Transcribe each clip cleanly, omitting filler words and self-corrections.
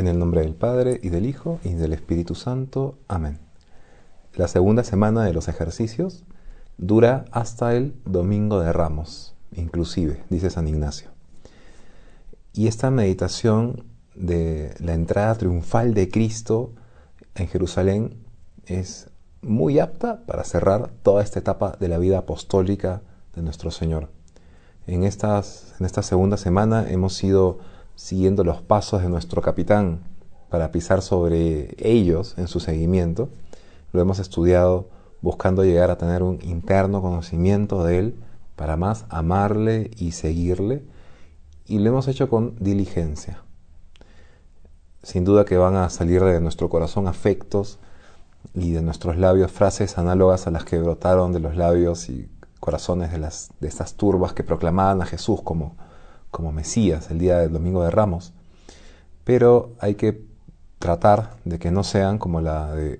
En el nombre del Padre, y del Hijo, y del Espíritu Santo. Amén. La segunda semana de los ejercicios dura hasta el Domingo de Ramos, inclusive, dice San Ignacio. Y esta meditación de la entrada triunfal de Cristo en Jerusalén es muy apta para cerrar toda esta etapa de la vida apostólica de nuestro Señor. En esta segunda semana hemos ido siguiendo los pasos de nuestro capitán para pisar sobre ellos en su seguimiento. Lo hemos estudiado buscando llegar a tener un interno conocimiento de Él para más amarle y seguirle, y lo hemos hecho con diligencia. Sin duda que van a salir de nuestro corazón afectos y de nuestros labios frases análogas a las que brotaron de los labios y corazones de estas turbas que proclamaban a Jesús como Mesías el día del Domingo de Ramos. Pero hay que tratar de que no sean como la de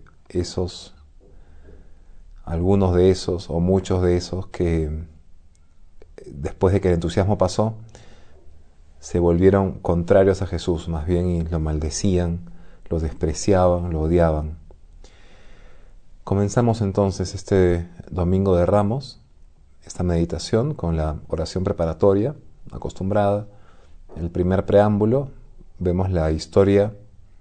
algunos de esos o muchos de esos que después de que el entusiasmo pasó se volvieron contrarios a Jesús más bien y lo maldecían, lo despreciaban, lo odiaban. Comenzamos entonces este Domingo de Ramos, esta meditación con la oración preparatoria acostumbrada. En el primer preámbulo vemos la historia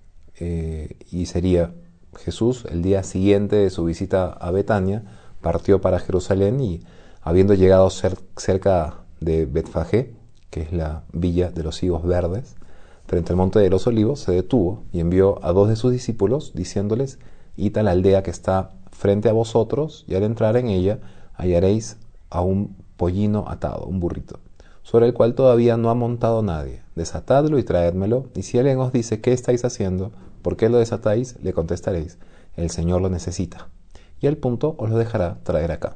y sería Jesús el día siguiente de su visita a Betania partió para Jerusalén y habiendo llegado cerca de Betfagé, que es la villa de los higos verdes, frente al monte de los olivos, se detuvo y envió a 2 de sus discípulos diciéndoles: id a la aldea que está frente a vosotros y al entrar en ella hallaréis a un pollino atado, un burrito, sobre el cual todavía no ha montado nadie. Desatadlo y traédmelo, y si alguien os dice: ¿qué estáis haciendo? ¿Por qué lo desatáis? Le contestaréis: el Señor lo necesita, y al punto os lo dejará traer acá.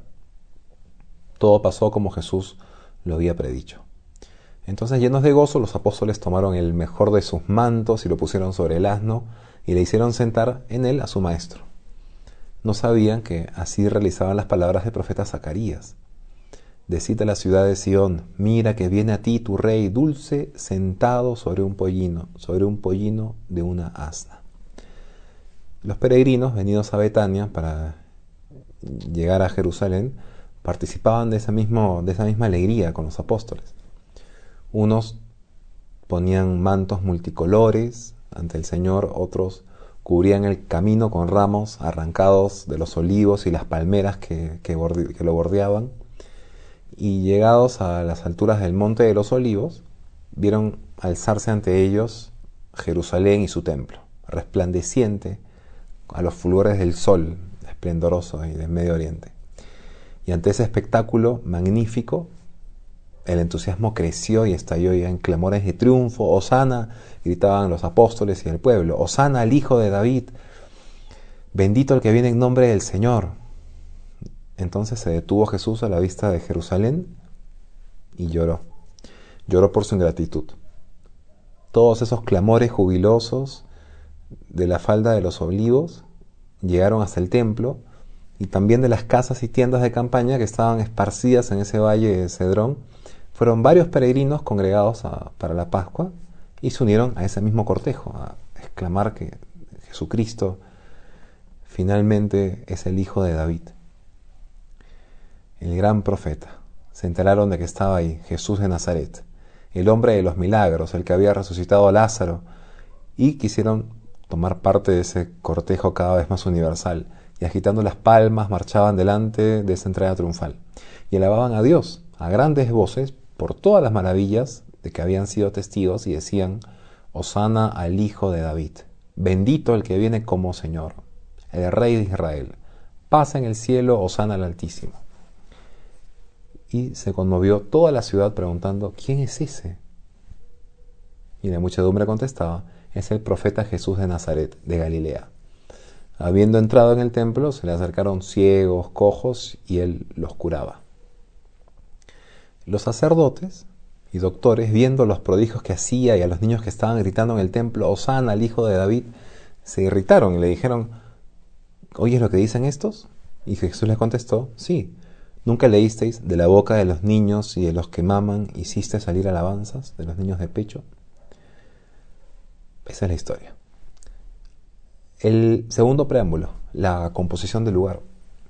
Todo pasó como Jesús lo había predicho. Entonces, llenos de gozo, los apóstoles tomaron el mejor de sus mantos y lo pusieron sobre el asno y le hicieron sentar en él a su maestro. No sabían que así realizaban las palabras del profeta Zacarías: decid a la ciudad de Sión: mira que viene a ti tu rey dulce, sentado sobre un pollino de una asna. Los peregrinos venidos a Betania para llegar a Jerusalén participaban de esa misma alegría con los apóstoles. Unos ponían mantos multicolores ante el Señor, otros cubrían el camino con ramos arrancados de los olivos y las palmeras que lo bordeaban, y llegados a las alturas del monte de los olivos, vieron alzarse ante ellos Jerusalén y su templo, resplandeciente a los fulgores del sol esplendoroso y del Medio Oriente. Y ante ese espectáculo magnífico, el entusiasmo creció y estalló ya en clamores de triunfo. «Hosana», gritaban los apóstoles y el pueblo. «Hosana al Hijo de David. Bendito el que viene en nombre del Señor». Entonces se detuvo Jesús a la vista de Jerusalén y lloró. Lloró por su ingratitud. Todos esos clamores jubilosos de la falda de los olivos llegaron hasta el templo, y también de las casas y tiendas de campaña que estaban esparcidas en ese valle de Cedrón. Fueron varios peregrinos congregados para la Pascua y se unieron a ese mismo cortejo, a exclamar que Jesucristo finalmente es el Hijo de David, el gran profeta. Se enteraron de que estaba ahí Jesús de Nazaret, el hombre de los milagros, el que había resucitado a Lázaro, y quisieron tomar parte de ese cortejo cada vez más universal, y agitando las palmas marchaban delante de esa entrada triunfal y alababan a Dios a grandes voces por todas las maravillas de que habían sido testigos, y decían: «Hosana al Hijo de David, bendito el que viene como Señor, el Rey de Israel, paz en el cielo, hosana al Altísimo». Y se conmovió toda la ciudad preguntando: «¿Quién es ese?». Y la muchedumbre contestaba: «Es el profeta Jesús de Nazaret, de Galilea». Habiendo entrado en el templo, se le acercaron ciegos, cojos, y él los curaba. Los sacerdotes y doctores, viendo los prodigios que hacía y a los niños que estaban gritando en el templo: «Hosana al Hijo de David», se irritaron y le dijeron: «¿Oyes lo que dicen estos?». Y Jesús les contestó: «Sí, ¿nunca leísteis: de la boca de los niños y de los que maman hiciste salir alabanzas de los niños de pecho?». Esa es la historia. El segundo preámbulo, la composición del lugar.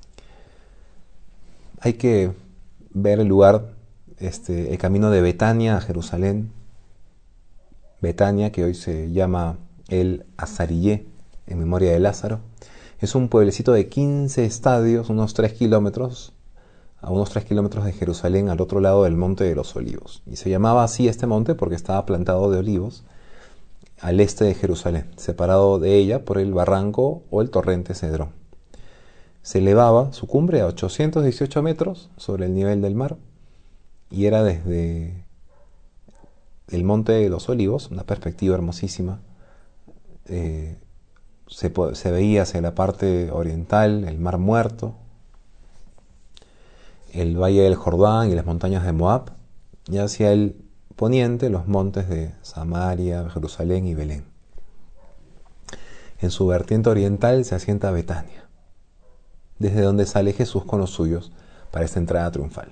Hay que ver el lugar, el camino de Betania a Jerusalén. Betania, que hoy se llama el Azarillé, en memoria de Lázaro. Es un pueblecito de 15 estadios, unos 3 kilómetros, a unos 3 kilómetros de Jerusalén, al otro lado del Monte de los Olivos. Y se llamaba así este monte porque estaba plantado de olivos al este de Jerusalén, separado de ella por el barranco o el torrente Cedrón. Se elevaba su cumbre a 818 metros sobre el nivel del mar y era desde el Monte de los Olivos, una perspectiva hermosísima. Se veía hacia la parte oriental el Mar Muerto, el Valle del Jordán y las montañas de Moab, y hacia el poniente los montes de Samaria, Jerusalén y Belén. En su vertiente oriental se asienta Betania, desde donde sale Jesús con los suyos para esta entrada triunfal.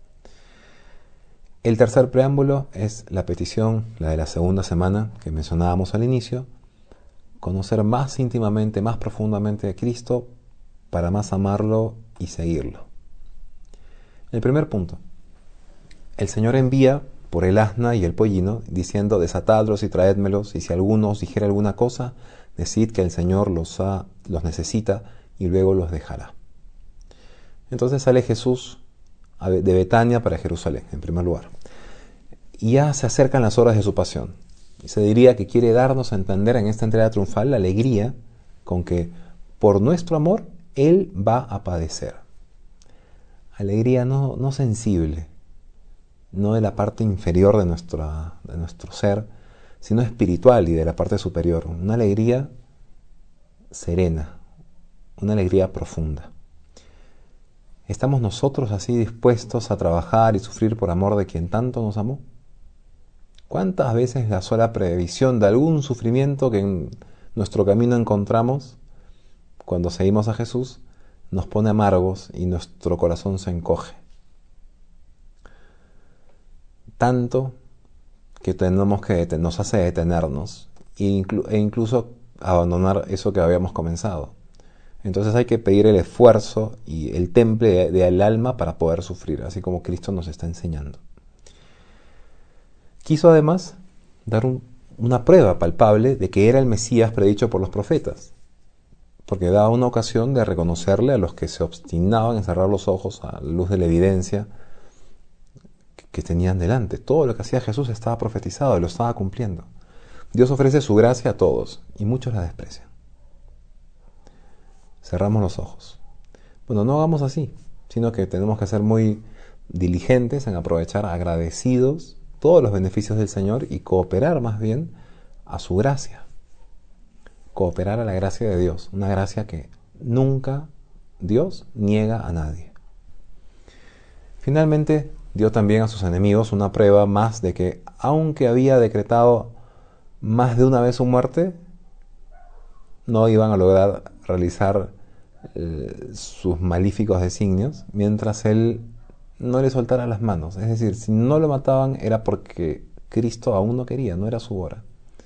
El tercer preámbulo es la petición, la de la segunda semana que mencionábamos al inicio: conocer más íntimamente, más profundamente a Cristo para más amarlo y seguirlo. El primer punto: el Señor envía por el asna y el pollino, diciendo: desatadlos y traédmelos, y si alguno os dijere alguna cosa, decid que el Señor los necesita, y luego los dejará. Entonces sale Jesús de Betania para Jerusalén, en primer lugar. Y ya se acercan las horas de su pasión. Y se diría que quiere darnos a entender en esta entrega triunfal la alegría con que, por nuestro amor, Él va a padecer. Alegría no sensible, no de la parte inferior de nuestro ser, sino espiritual y de la parte superior. Una alegría serena, una alegría profunda. ¿Estamos nosotros así dispuestos a trabajar y sufrir por amor de quien tanto nos amó? ¿Cuántas veces la sola previsión de algún sufrimiento que en nuestro camino encontramos, cuando seguimos a Jesús, nos pone amargos y nuestro corazón se encoge? Tanto que nos hace detenernos e incluso abandonar eso que habíamos comenzado. Entonces hay que pedir el esfuerzo y el temple del alma para poder sufrir, así como Cristo nos está enseñando. Quiso además dar una prueba palpable de que era el Mesías predicho por los profetas, porque daba una ocasión de reconocerle a los que se obstinaban en cerrar los ojos a la luz de la evidencia que tenían delante. Todo lo que hacía Jesús estaba profetizado y lo estaba cumpliendo. Dios ofrece su gracia a todos y muchos la desprecian. Cerramos los ojos. Bueno, no hagamos así, sino que tenemos que ser muy diligentes en aprovechar, agradecidos, todos los beneficios del Señor y cooperar más bien a su gracia. Cooperar a la gracia de Dios, una gracia que nunca Dios niega a nadie. Finalmente, dio también a sus enemigos una prueba más de que, aunque había decretado más de una vez su muerte, no iban a lograr realizar sus malíficos designios mientras Él no le soltara las manos. Es decir, si no lo mataban era porque Cristo aún no quería, no era su hora.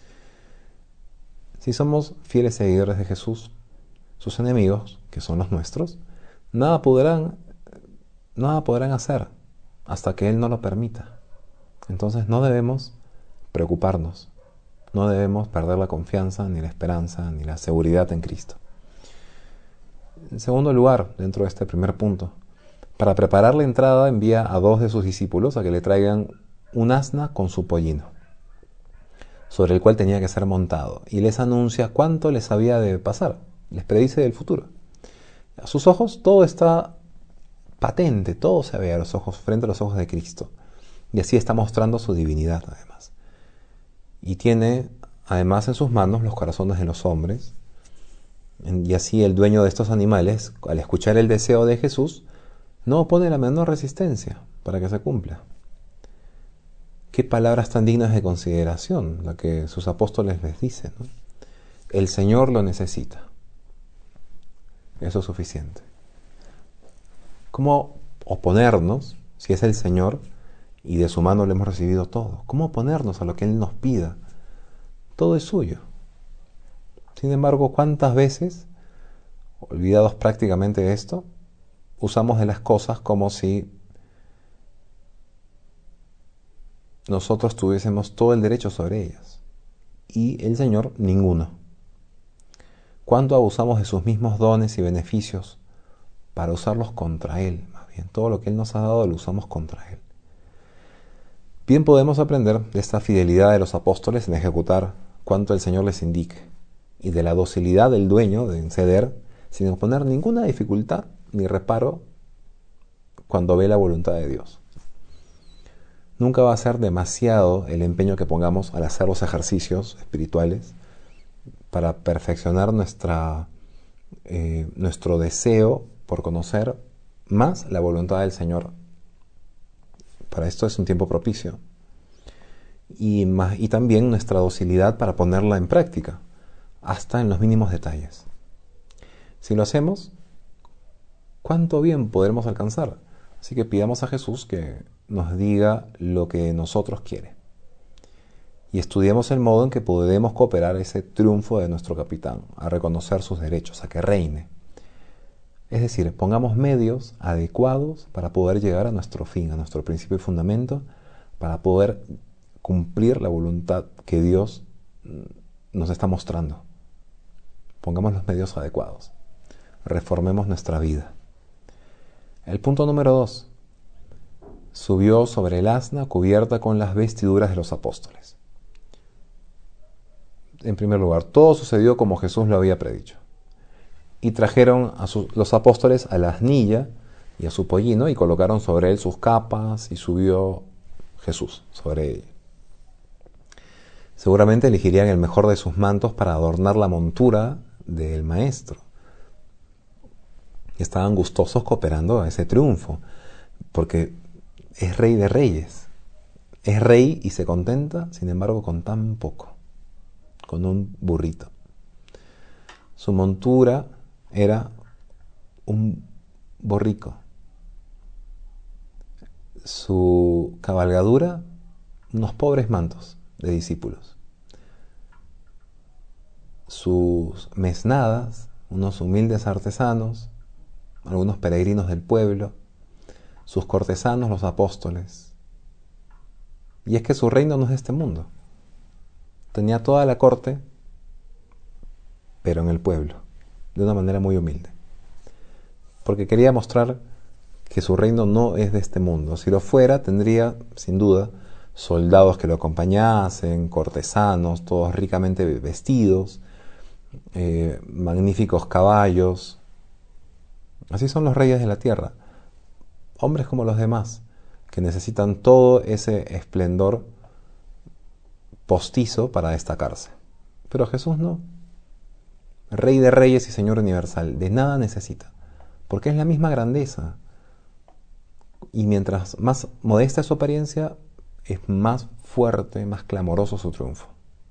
Si somos fieles seguidores de Jesús, sus enemigos, que son los nuestros, nada podrán hacer hasta que Él no lo permita. Entonces no debemos preocuparnos, no debemos perder la confianza, ni la esperanza, ni la seguridad en Cristo. En segundo lugar, dentro de este primer punto, para preparar la entrada envía a 2 de sus discípulos a que le traigan un asna con su pollino, sobre el cual tenía que ser montado, y les anuncia cuánto les había de pasar, les predice el futuro. A sus ojos todo está patente, todo se ve a los ojos, frente a los ojos de Cristo, y así está mostrando su divinidad además. Y tiene además en sus manos los corazones de los hombres, y así el dueño de estos animales, al escuchar el deseo de Jesús, no opone la menor resistencia para que se cumpla. Qué palabras tan dignas de consideración la que sus apóstoles les dicen, ¿no? El Señor lo necesita. Eso es suficiente. ¿Cómo oponernos si es el Señor y de su mano le hemos recibido todo? ¿Cómo oponernos a lo que Él nos pida? Todo es suyo. Sin embargo, ¿cuántas veces, olvidados prácticamente de esto, usamos de las cosas como si nosotros tuviésemos todo el derecho sobre ellas y el Señor ninguno? ¿Cuánto abusamos de sus mismos dones y beneficios para usarlos contra Él? Más bien, todo lo que Él nos ha dado lo usamos contra Él. Bien podemos aprender de esta fidelidad de los apóstoles en ejecutar cuanto el Señor les indique y de la docilidad del dueño de ceder sin oponer ninguna dificultad ni reparo cuando ve la voluntad de Dios. Nunca va a ser demasiado el empeño que pongamos al hacer los ejercicios espirituales para perfeccionar nuestro deseo por conocer más la voluntad del Señor. Para esto es un tiempo propicio. Y también nuestra docilidad para ponerla en práctica, hasta en los mínimos detalles. Si lo hacemos, ¿cuánto bien podremos alcanzar? Así que pidamos a Jesús que nos diga lo que nosotros quiere. Y estudiemos el modo en que podemos cooperar a ese triunfo de nuestro capitán, a reconocer sus derechos, a que reine. Es decir, pongamos medios adecuados para poder llegar a nuestro fin, a nuestro principio y fundamento, para poder cumplir la voluntad que Dios nos está mostrando. Pongamos los medios adecuados. Reformemos nuestra vida. El punto número 2. Subió sobre el asna cubierta con las vestiduras de los apóstoles. En primer lugar, todo sucedió como Jesús lo había predicho. Y trajeron a los apóstoles a la asnilla y a su pollino y colocaron sobre él sus capas y subió Jesús sobre ella. Seguramente elegirían el mejor de sus mantos para adornar la montura del maestro. Estaban gustosos cooperando a ese triunfo, porque es rey de reyes. Es rey y se contenta, sin embargo, con tan poco, con un burrito. Su montura era un borrico. Su cabalgadura, unos pobres mantos de discípulos. Sus mesnadas, unos humildes artesanos, algunos peregrinos del pueblo. Sus cortesanos, los apóstoles. Y es que su reino no es de este mundo. Tenía toda la corte, pero en el pueblo, de una manera muy humilde. Porque quería mostrar que su reino no es de este mundo. Si lo fuera, tendría, sin duda, soldados que lo acompañasen, cortesanos, todos ricamente vestidos, magníficos caballos. Así son los reyes de la tierra. Hombres como los demás, que necesitan todo ese esplendor postizo para destacarse. Pero Jesús no. Rey de reyes y Señor universal, de nada necesita, porque es la misma grandeza. Y mientras más modesta es su apariencia, es más fuerte, más clamoroso su triunfo.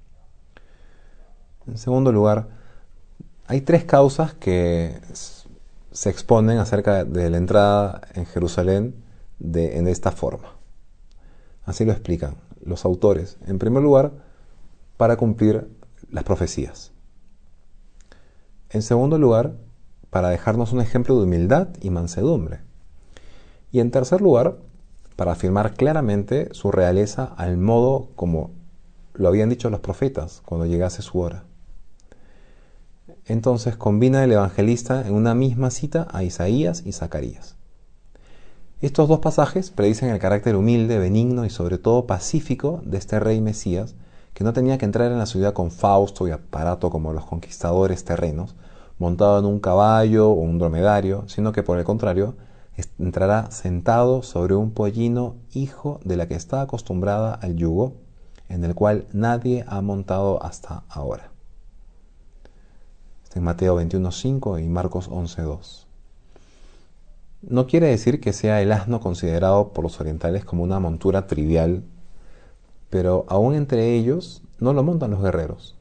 En segundo lugar, hay 3 causas que se exponen acerca de la entrada en Jerusalén en esta forma. Así lo explican los autores. En primer lugar, para cumplir las profecías. En segundo lugar, para dejarnos un ejemplo de humildad y mansedumbre. Y en tercer lugar, para afirmar claramente su realeza al modo como lo habían dicho los profetas cuando llegase su hora. Entonces combina el evangelista en una misma cita a Isaías y Zacarías. Estos 2 pasajes predicen el carácter humilde, benigno y sobre todo pacífico de este rey Mesías, que no tenía que entrar en la ciudad con fausto y aparato como los conquistadores terrenos, montado en un caballo o un dromedario, sino que por el contrario, entrará sentado sobre un pollino, hijo de la que está acostumbrada al yugo, en el cual nadie ha montado hasta ahora. Está en Mateo 21:5 y Marcos 11:2. No quiere decir que sea el asno considerado por los orientales como una montura trivial, pero aún entre ellos no lo montan los guerreros.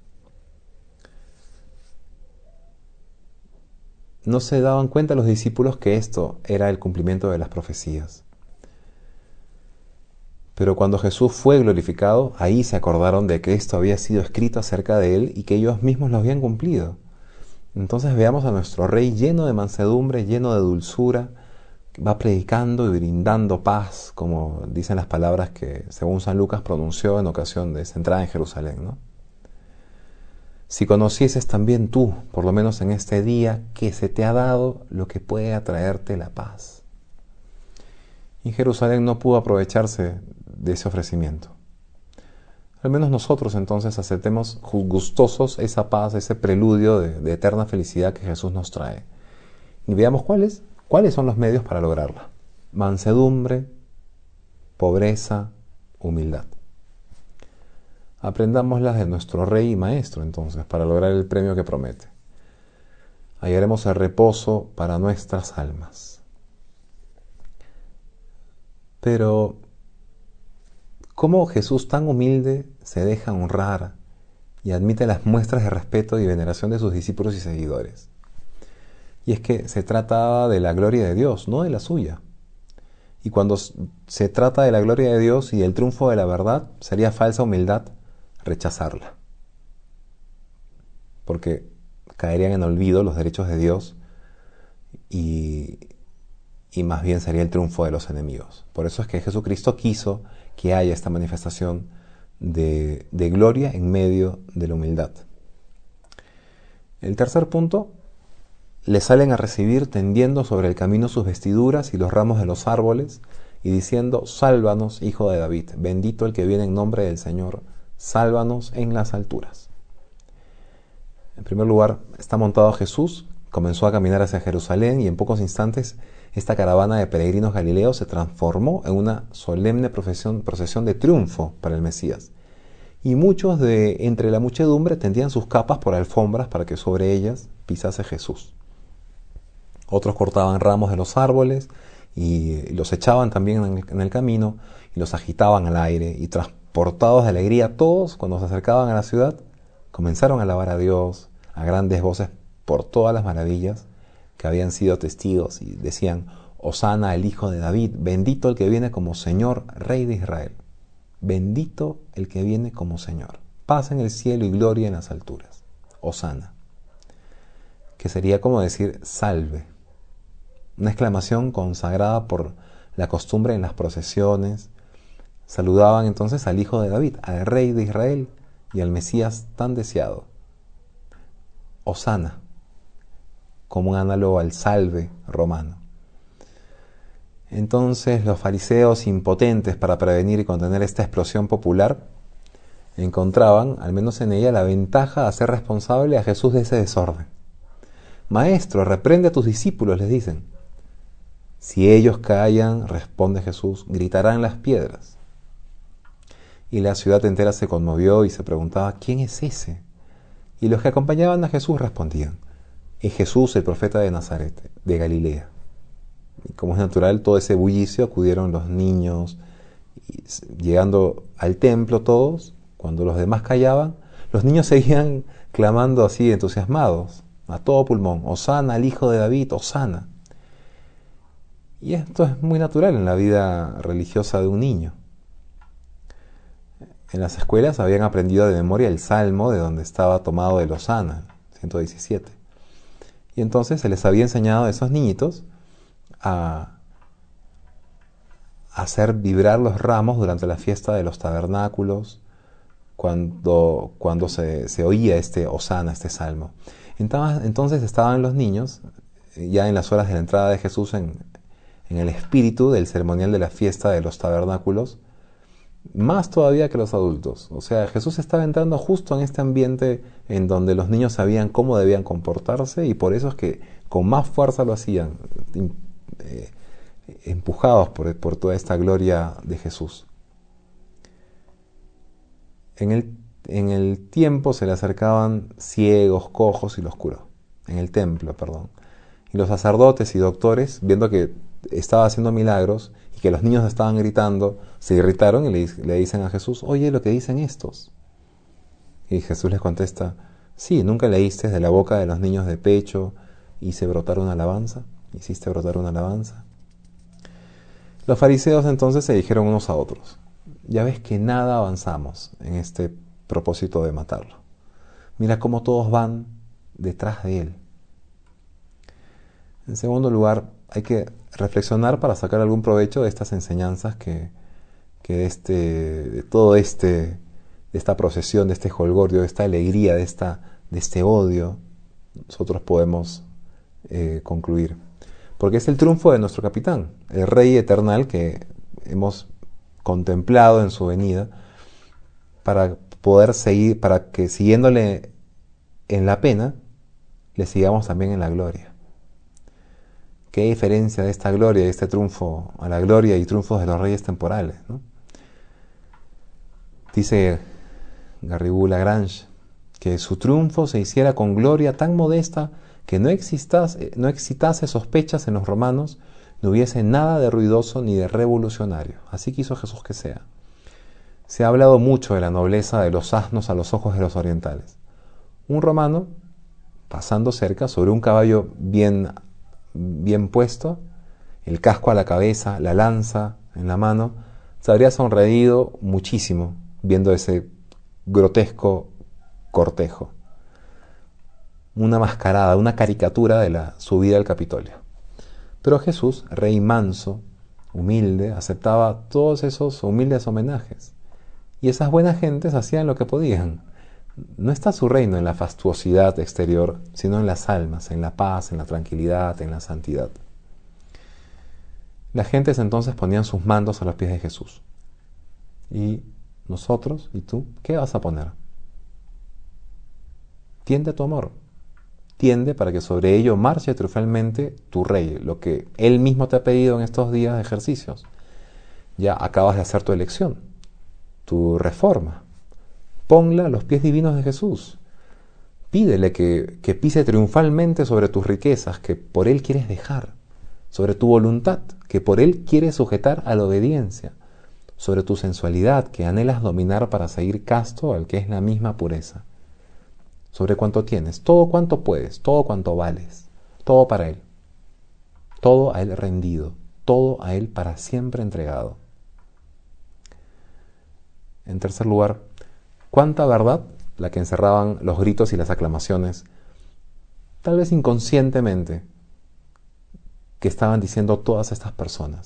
No se daban cuenta los discípulos que esto era el cumplimiento de las profecías. Pero cuando Jesús fue glorificado, ahí se acordaron de que esto había sido escrito acerca de él y que ellos mismos lo habían cumplido. Entonces veamos a nuestro Rey lleno de mansedumbre, lleno de dulzura, va predicando y brindando paz, como dicen las palabras que, según San Lucas, pronunció en ocasión de esa entrada en Jerusalén, ¿no? Si conocieses también tú, por lo menos en este día, que se te ha dado lo que puede atraerte la paz. Y Jerusalén no pudo aprovecharse de ese ofrecimiento. Al menos nosotros entonces aceptemos gustosos esa paz, ese preludio de eterna felicidad que Jesús nos trae. Y veamos cuáles son los medios para lograrla. Mansedumbre, pobreza, humildad. Aprendámoslas de nuestro Rey y Maestro entonces para lograr el premio que promete. Hallaremos el reposo para nuestras almas. Pero ¿cómo Jesús tan humilde se deja honrar y admite las muestras de respeto y veneración de sus discípulos y seguidores? Y es que se trataba de la gloria de Dios, no de la suya. Y cuando se trata de la gloria de Dios y del triunfo de la verdad, sería falsa humildad rechazarla. Porque caerían en olvido los derechos de Dios y más bien sería el triunfo de los enemigos. Por eso es que Jesucristo quiso que haya esta manifestación de gloria en medio de la humildad. El tercer punto, le salen a recibir tendiendo sobre el camino sus vestiduras y los ramos de los árboles y diciendo: sálvanos, Hijo de David, bendito el que viene en nombre del Señor, sálvanos en las alturas. En primer lugar, está montado Jesús, comenzó a caminar hacia Jerusalén y en pocos instantes esta caravana de peregrinos galileos se transformó en una solemne procesión de triunfo para el Mesías. Y muchos de entre la muchedumbre tendían sus capas por alfombras para que sobre ellas pisase Jesús. Otros cortaban ramos de los árboles y los echaban también en el camino y los agitaban al aire, y transportados de alegría todos, cuando se acercaban a la ciudad, comenzaron a alabar a Dios a grandes voces por todas las maravillas que habían sido testigos, y decían: Hosana al Hijo de David, bendito el que viene como Señor, Rey de Israel. Bendito el que viene como Señor. Paz en el cielo y gloria en las alturas. Hosana. Que sería como decir salve. Una exclamación consagrada por la costumbre en las procesiones. Saludaban entonces al Hijo de David, al Rey de Israel y al Mesías tan deseado. Hosana, como un análogo al salve romano. Entonces los fariseos, impotentes para prevenir y contener esta explosión popular, encontraban, al menos en ella, la ventaja de hacer responsable a Jesús de ese desorden. Maestro, reprende a tus discípulos, les dicen. Si ellos callan, responde Jesús, gritarán las piedras. Y la ciudad entera se conmovió y se preguntaba: ¿quién es ese? Y los que acompañaban a Jesús respondían: es Jesús, el profeta de Nazaret, de Galilea. Y como es natural, todo ese bullicio, acudieron los niños, y llegando al templo todos. Cuando los demás callaban, los niños seguían clamando así, entusiasmados, a todo pulmón: Hosana al Hijo de David, Hosana. Y esto es muy natural en la vida religiosa de un niño. En las escuelas habían aprendido de memoria el salmo de donde estaba tomado el Hosana, 117. Y entonces se les había enseñado a esos niñitos a hacer vibrar los ramos durante la fiesta de los tabernáculos, cuando se oía este Hosana, este salmo. Entonces estaban los niños, ya en las horas de la entrada de Jesús en el espíritu del ceremonial de la fiesta de los tabernáculos, más todavía que los adultos. O sea, Jesús estaba entrando justo en este ambiente en donde los niños sabían cómo debían comportarse, y por eso es que con más fuerza lo hacían, empujados por toda esta gloria de Jesús. En el tiempo se le acercaban ciegos, cojos y los curó. En el templo, perdón. Y los sacerdotes y doctores, viendo que estaba haciendo milagros y que los niños estaban gritando, se irritaron y le dicen a Jesús: oye, lo que dicen estos. Y Jesús les contesta: sí, ¿nunca leíste de la boca de los niños de pecho hice brotar una alabanza? ¿Hiciste brotar una alabanza? Los fariseos entonces se dijeron unos a otros: ya ves que nada avanzamos en este propósito de matarlo. Mira cómo todos van detrás de él. En segundo lugar, hay que reflexionar para sacar algún provecho de estas enseñanzas de esta procesión, de este jolgorio, de esta alegría, de este odio, nosotros podemos concluir. Porque es el triunfo de nuestro capitán, el Rey eternal que hemos contemplado en su venida, para poder seguir, para que siguiéndole en la pena, le sigamos también en la gloria. ¿Qué diferencia de esta gloria y este triunfo a la gloria y triunfos de los reyes temporales, ¿no? Dice Garrigou Lagrange que su triunfo se hiciera con gloria tan modesta que no excitase sospechas en los romanos, no hubiese nada de ruidoso ni de revolucionario. Así quiso Jesús que sea. Se ha hablado mucho de la nobleza de los asnos a los ojos de los orientales. Un romano, pasando cerca, sobre un caballo bien puesto, el casco a la cabeza, la lanza en la mano, se habría sonreído muchísimo viendo ese grotesco cortejo. Una mascarada, una caricatura de la subida al Capitolio. Pero Jesús, rey manso, humilde, aceptaba todos esos humildes homenajes. Y esas buenas gentes hacían lo que podían. No está su reino en la fastuosidad exterior, sino en las almas, en la paz, en la tranquilidad, en la santidad. Las gentes entonces ponían sus mandos a los pies de Jesús. Y nosotros, y tú, ¿qué vas a poner? Tiende tu amor. Tiende para que sobre ello marche triunfalmente tu rey, lo que él mismo te ha pedido en estos días de ejercicios. Ya acabas de hacer tu elección, tu reforma. Ponla a los pies divinos de Jesús. Pídele que pise triunfalmente sobre tus riquezas que por él quieres dejar, sobre tu voluntad que por él quieres sujetar a la obediencia, sobre tu sensualidad que anhelas dominar para seguir casto al que es la misma pureza, sobre cuanto tienes, todo cuanto puedes, todo cuanto vales, todo para él, todo a él rendido, todo a él para siempre entregado. En tercer lugar, ¿cuánta verdad la que encerraban los gritos y las aclamaciones, tal vez inconscientemente, que estaban diciendo todas estas personas?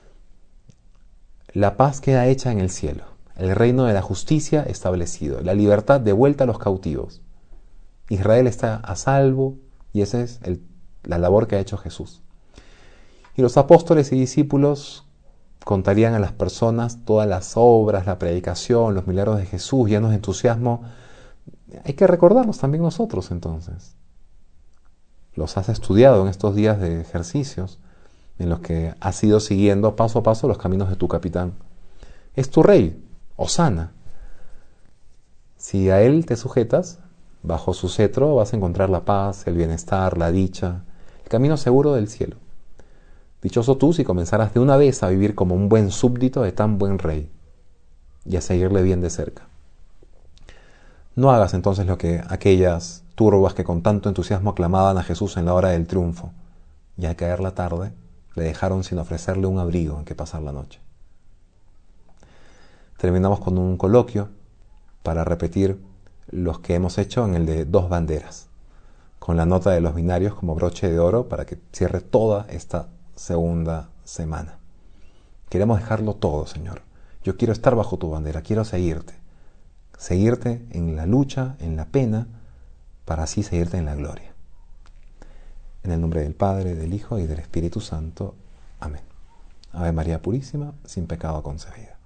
La paz queda hecha en el cielo, el reino de la justicia establecido, la libertad de vuelta a los cautivos. Israel está a salvo y esa es la labor que ha hecho Jesús. Y los apóstoles y discípulos contarían a las personas todas las obras, la predicación, los milagros de Jesús, llenos de entusiasmo. Hay que recordarlos también nosotros entonces. Los has estudiado en estos días de ejercicios en los que has ido siguiendo paso a paso los caminos de tu capitán. Es tu rey, hosana. Si a él te sujetas, bajo su cetro vas a encontrar la paz, el bienestar, la dicha, el camino seguro del cielo. Dichoso tú si comenzaras de una vez a vivir como un buen súbdito de tan buen rey y a seguirle bien de cerca. No hagas entonces lo que aquellas turbas que con tanto entusiasmo aclamaban a Jesús en la hora del triunfo y al caer la tarde le dejaron sin ofrecerle un abrigo en que pasar la noche. Terminamos con un coloquio para repetir los que hemos hecho en el de 2 banderas, con la nota de los binarios como broche de oro para que cierre toda esta segunda semana. Queremos dejarlo todo, Señor. Yo quiero estar bajo tu bandera, quiero seguirte en la lucha, en la pena, para así seguirte en la gloria. En el nombre del Padre, del Hijo y del Espíritu Santo. Amén. Ave María Purísima, sin pecado concebida.